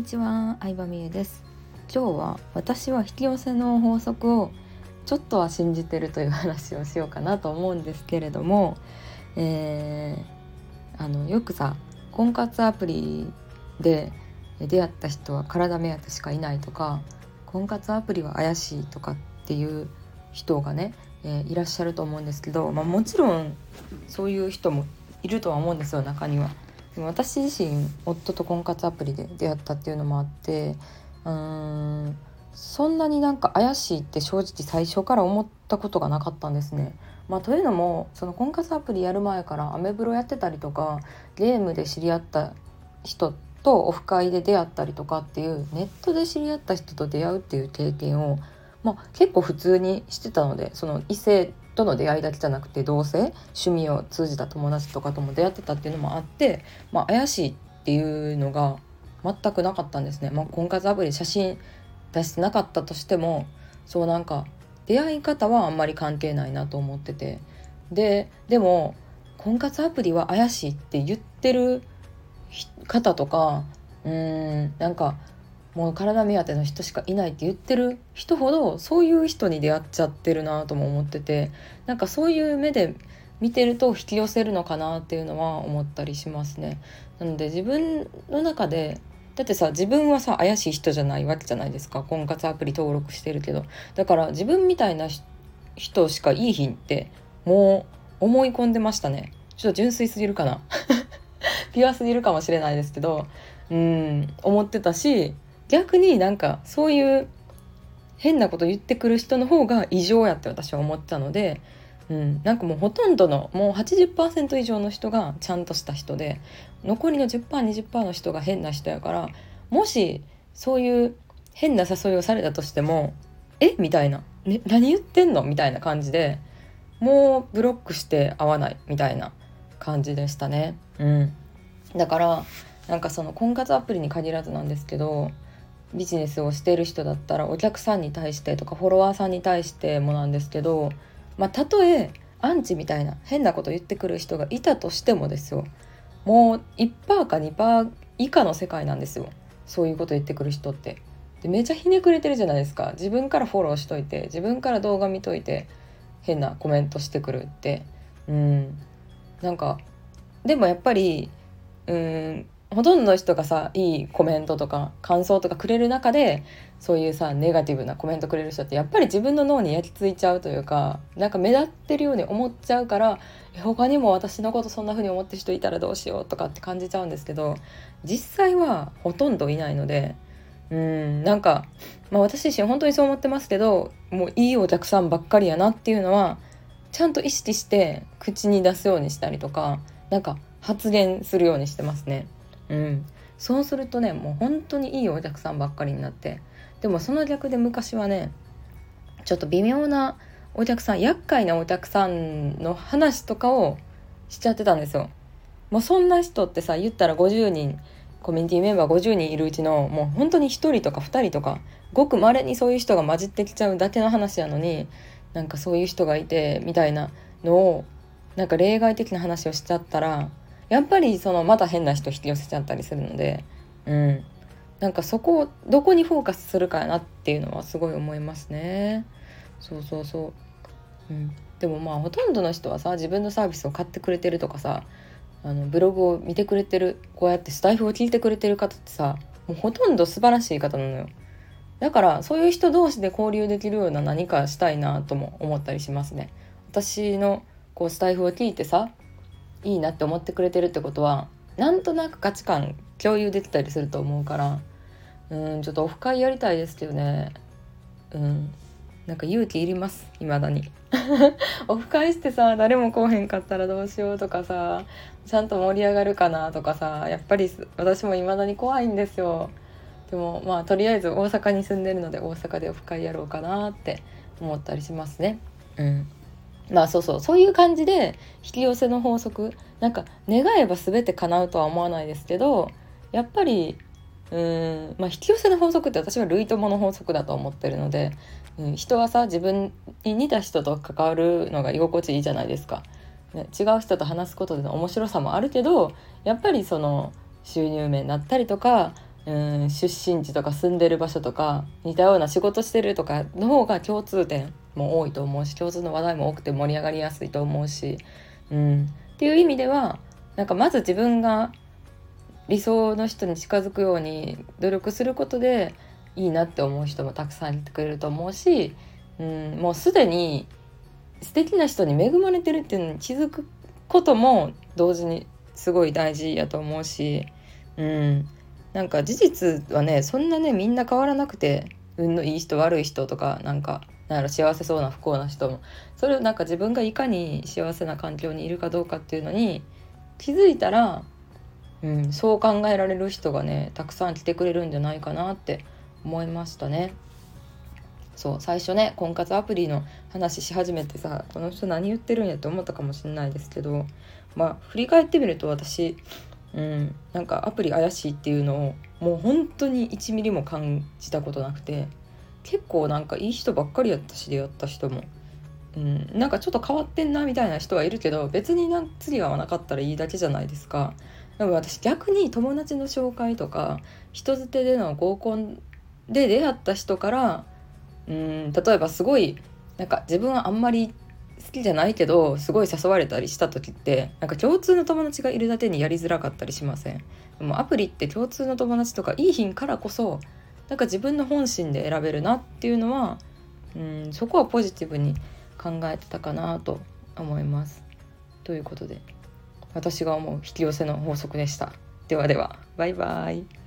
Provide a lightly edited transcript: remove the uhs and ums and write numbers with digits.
にちは、相葉美優です。今日は私は引き寄せの法則をちょっとは信じてるという話をしようかなと思うんですけれども、よくさ、婚活アプリで出会った人は体目当てしかいないとか、婚活アプリは怪しいとかっていう人がね、いらっしゃると思うんですけど、もちろんそういう人もいるとは思うんですよ、中には。でも私自身夫と婚活アプリで出会ったっていうのもあって、そんなに怪しいって正直最初から思ったことがなかったんですね。というのも、その婚活アプリやる前からアメブロやってたりとか、ゲームで知り合った人とオフ会で出会ったりとかっていう、ネットで知り合った人と出会うっていう経験を、結構普通にしてたので、その異性との出会いだけじゃなくて同性、趣味を通じた友達とかとも出会ってたっていうのもあって、怪しいっていうのが全くなかったんですね。婚活アプリ写真出してなかったとしても、そう出会い方はあんまり関係ないなと思ってて、でも婚活アプリは怪しいって言ってる方とか、もう体目当ての人しかいないって言ってる人ほど、そういう人に出会っちゃってるなとも思ってて、そういう目で見てると引き寄せるのかなっていうのは思ったりしますね。なので自分の中で、だってさ、自分はさ怪しい人じゃないわけじゃないですか。婚活アプリ登録してるけど、だから自分みたいな人しかいい日ってもう思い込んでましたね。ちょっと純粋すぎるかなピュアすぎるかもしれないですけど、思ってたし、逆にそういう変なこと言ってくる人の方が異常やって私は思ったので、もうほとんどのもう 80% 以上の人がちゃんとした人で、残りの 10%、20% の人が変な人やから、もしそういう変な誘いをされたとしても、みたいな、何言ってんのみたいな感じで、もうブロックして会わないみたいな感じでしたね。だからその婚活アプリに限らずなんですけど、ビジネスをしている人だったらお客さんに対してとかフォロワーさんに対してもなんですけど、たとえアンチみたいな変なこと言ってくる人がいたとしてもですよ、もう 1% か 2% 以下の世界なんですよ、そういうこと言ってくる人って。でめちゃひねくれてるじゃないですか。自分からフォローしといて、自分から動画見といて、変なコメントしてくるって、でもやっぱりほとんどの人がさ、いいコメントとか感想とかくれる中で、そういうさネガティブなコメントくれる人ってやっぱり自分の脳に焼き付いちゃうというか、目立ってるように思っちゃうから、他にも私のことそんな風に思ってる人いたらどうしようとかって感じちゃうんですけど、実際はほとんどいないので、私自身本当にそう思ってますけど、もういいお客さんばっかりやなっていうのはちゃんと意識して口に出すようにしたりとか、発言するようにしてますね。そうするとね、もう本当にいいお客さんばっかりになって。でもその逆で昔はね、ちょっと微妙なお客さん、厄介なお客さんの話とかをしちゃってたんですよ。もうそんな人ってさ、言ったら50人、コミュニティメンバー50人いるうちのもう本当に1人とか2人とか、ごく稀にそういう人が混じってきちゃうだけの話なのに、そういう人がいてみたいなのを、例外的な話をしちゃったら、やっぱりまた変な人引き寄せちゃったりするので、そこをどこにフォーカスするかやなっていうのはすごい思いますね。そう、でもほとんどの人はさ、自分のサービスを買ってくれてるとかさ、ブログを見てくれてる、こうやってスタイフを聞いてくれてる方ってさ、もうほとんど素晴らしい方なのよ。だからそういう人同士で交流できるような何かしたいなとも思ったりしますね。私のスタイフを聞いてさ、いいなって思ってくれてるってことは、なんとなく価値観共有できたりすると思うから、ちょっとオフ会やりたいですけどね。勇気いります、未だにオフ会してさ、誰も来おへんかったらどうしようとかさ、ちゃんと盛り上がるかなとかさ、やっぱり私も未だに怖いんですよ。でもとりあえず大阪に住んでるので、大阪でオフ会やろうかなって思ったりしますね。そういう感じで引き寄せの法則、願えば全て叶うとは思わないですけど、やっぱり引き寄せの法則って私は類友の法則だと思ってるので、人はさ、自分に似た人と関わるのが居心地いいじゃないですか、違う人と話すことでの面白さもあるけど、やっぱりその収入面だったりとか、 出身地とか住んでる場所とか似たような仕事してるとかの方が共通点も多いと思うし、共通の話題も多くて盛り上がりやすいと思うし、っていう意味ではなんかまず自分が理想の人に近づくように努力することでいいなって思う人もたくさんいてくれると思うし、もうすでに素敵な人に恵まれてるっていうのに気づくことも同時にすごい大事やと思うし、なんか事実はねそんなねみんな変わらなくて、運のいい人悪い人とかなんやろ幸せそうな不幸な人も、それをなんか自分がいかに幸せな環境にいるかどうかっていうのに気づいたら、そう考えられる人がねたくさん来てくれるんじゃないかなって思いましたね。そう最初ね婚活アプリの話し始めてさ、この人何言ってるんやって思ったかもしれないですけど、振り返ってみると私、なんかアプリ怪しいっていうのをもう本当に1ミリも感じたことなくて、結構なんかいい人ばっかりやったし、出会った人も、なんかちょっと変わってんなみたいな人はいるけど、別に次が合わなかったらいいだけじゃないですか。でも私逆に友達の紹介とか人づてでの合コンで出会った人から、例えばすごいなんか自分はあんまり好きじゃないけどすごい誘われたりした時って、なんか共通の友達がいるだけにやりづらかったりしません？でもアプリって共通の友達とかいい品からこそなんか自分の本心で選べるなっていうのは、そこはポジティブに考えてたかなと思います。ということで私が思う引き寄せの法則でした。ではでは、バイバイ。